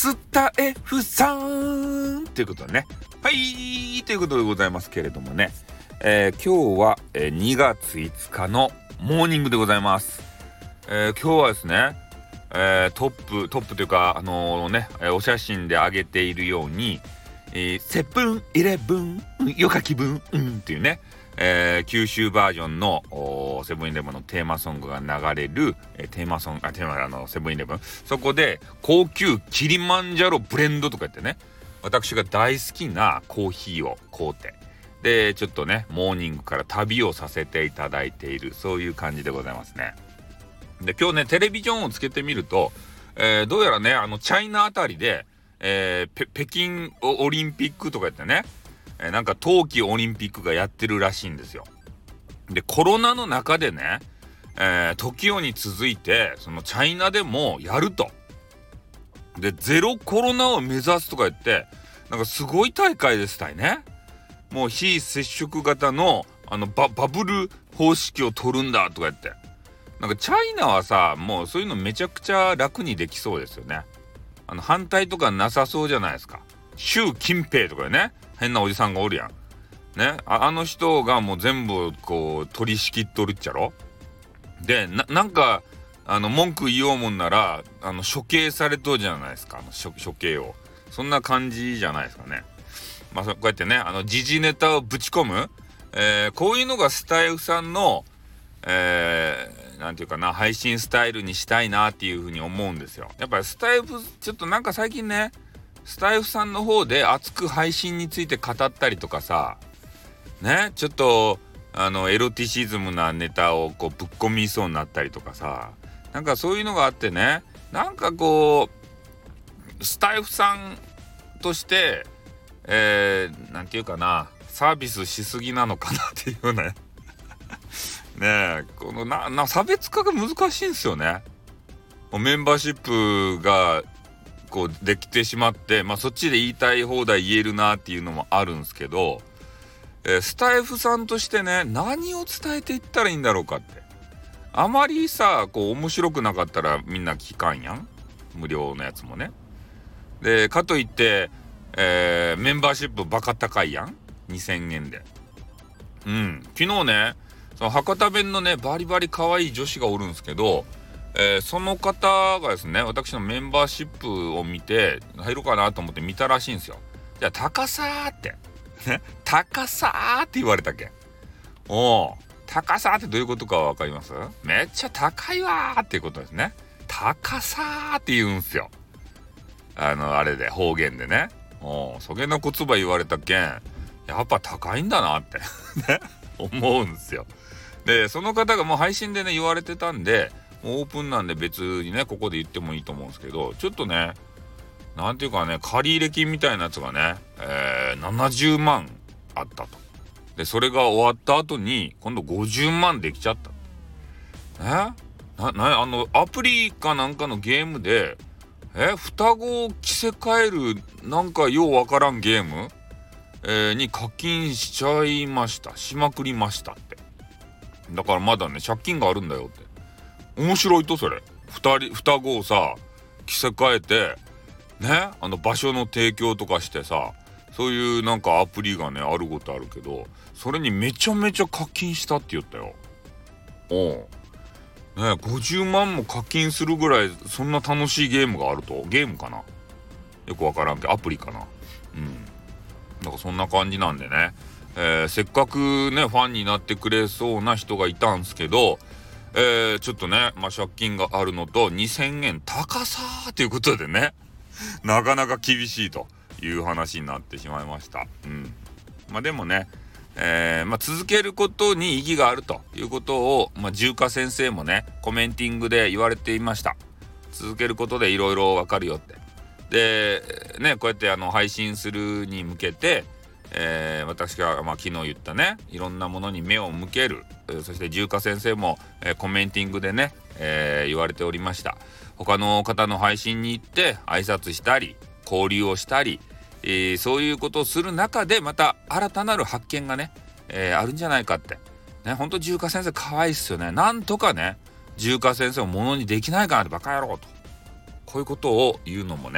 スタエフさんということでね、はいということでございますけれどもね、今日は2月5日のモーニングでございます。今日はですね、トップというかお写真で上げているように、セブンイレブンよか気分っていうね、九州バージョンのセブンイレブンのテーマソングが流れる、セブンイレブン、そこで高級キリマンジャロブレンドとか言ってね、私が大好きなコーヒーを買うて、でちょっとねモーニングから旅をさせていただいている、そういう感じでございますね。で今日ねテレビジョンをつけてみると、どうやらねチャイナあたりで、北京オリンピックとか言ってね、なんか冬季オリンピックがやってるらしいんですよ。でコロナの中でね、TOKIOに続いてそのチャイナでもやると。でゼロコロナを目指すとか言って、なんかすごい大会でしたいね。もう非接触型のバブル方式を取るんだとか言って、なんかチャイナはさ、もうそういうのめちゃくちゃ楽にできそうですよね。反対とかなさそうじゃないですか。習近平とかね、変なおじさんがおるやんね。あの人がもう全部こう取り仕切っとるっちゃろ。でなんか文句言おうもんなら処刑されとるじゃないですか。処刑を、そんな感じじゃないですかね。こうやってね時事ネタをぶち込む、こういうのがスタイフさんのなんていうかな、配信スタイルにしたいなっていうふうに思うんですよ。やっぱりスタイフちょっとなんか最近ね、スタイフさんの方で熱く配信について語ったりとかさね、ちょっとエロティシズムなネタをこうぶっ込みそうになったりとかさ、なんかそういうのがあってね、なんかこうスタイフさんとしてなんていうかな、サービスしすぎなのかなっていうねねえ、この差別化が難しいんですよね。メンバーシップがこうできてしまって、そっちで言いたい放題言えるなっていうのもあるんですけど、スタイフさんとしてね、何を伝えていったらいいんだろうかって。あまりさこう面白くなかったらみんな聞かんやん、無料のやつもね。でかといって、メンバーシップバカ高いやん、2000円で。昨日ねその博多弁のねバリバリ可愛い女子がおるんですけど、その方がですね、私のメンバーシップを見て入ろうかなと思って見たらしいんですよ。じゃあ高さーってね、高さーって言われたっけ。高さーってどういうことかわかります？めっちゃ高いわーっていうことですね。高さーって言うんすよ。あれで方言でね。そげな言葉言われたけん、やっぱ高いんだなってね思うんですよ。でその方がもう配信でね言われてたんで、もうオープンなんで別にねここで言ってもいいと思うんですけど、ちょっとねなんていうかね、借入金みたいなやつがね、70万あったと。でそれが終わった後に今度50万できちゃったアプリかなんかのゲームで双子を着せ替えるなんかようわからんゲーム、に課金しまくりましたって。だからまだね借金があるんだよって。面白いとそれ。双子をさ着せ替えてね、場所の提供とかしてさ、そういうなんかアプリがねあることあるけど、それにめちゃめちゃ課金したって言ったよ。50万も課金するぐらいそんな楽しいゲームがあると。ゲームかな、よくわからんけどアプリかな。なんかそんな感じなんでね、せっかくねファンになってくれそうな人がいたんすけど、ちょっとね借金があるのと2000円高さーということでねなかなか厳しいという話になってしまいました。でもね、続けることに意義があるということを、重華先生もねコメンティングで言われていました。続けることでいろいろわかるよって。でねこうやって配信するに向けて、私が昨日言ったねいろんなものに目を向ける、そして重華先生も、コメンティングでね、言われておりました。他の方の配信に行って挨拶したり交流をしたり、そういうことをする中でまた新たなる発見がね、あるんじゃないかってね。ほんと重華先生可愛いっすよね。なんとかね重華先生をものにできないかなって、バカ野郎とこういうことを言うのもね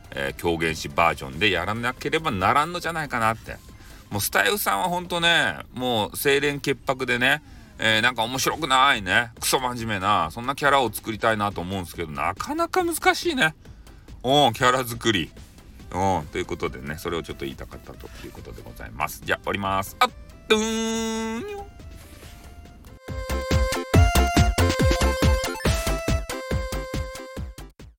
狂言師バージョンでやらなければならんのじゃないかなって。もうスタイフさんはほんとね、もう清廉潔白でね、なんか面白くないね、クソ真面目なそんなキャラを作りたいなと思うんですけど、なかなか難しいね。キャラ作り。ということでね、それをちょっと言いたかったということでございます。じゃあ終わります。あっ、どーん。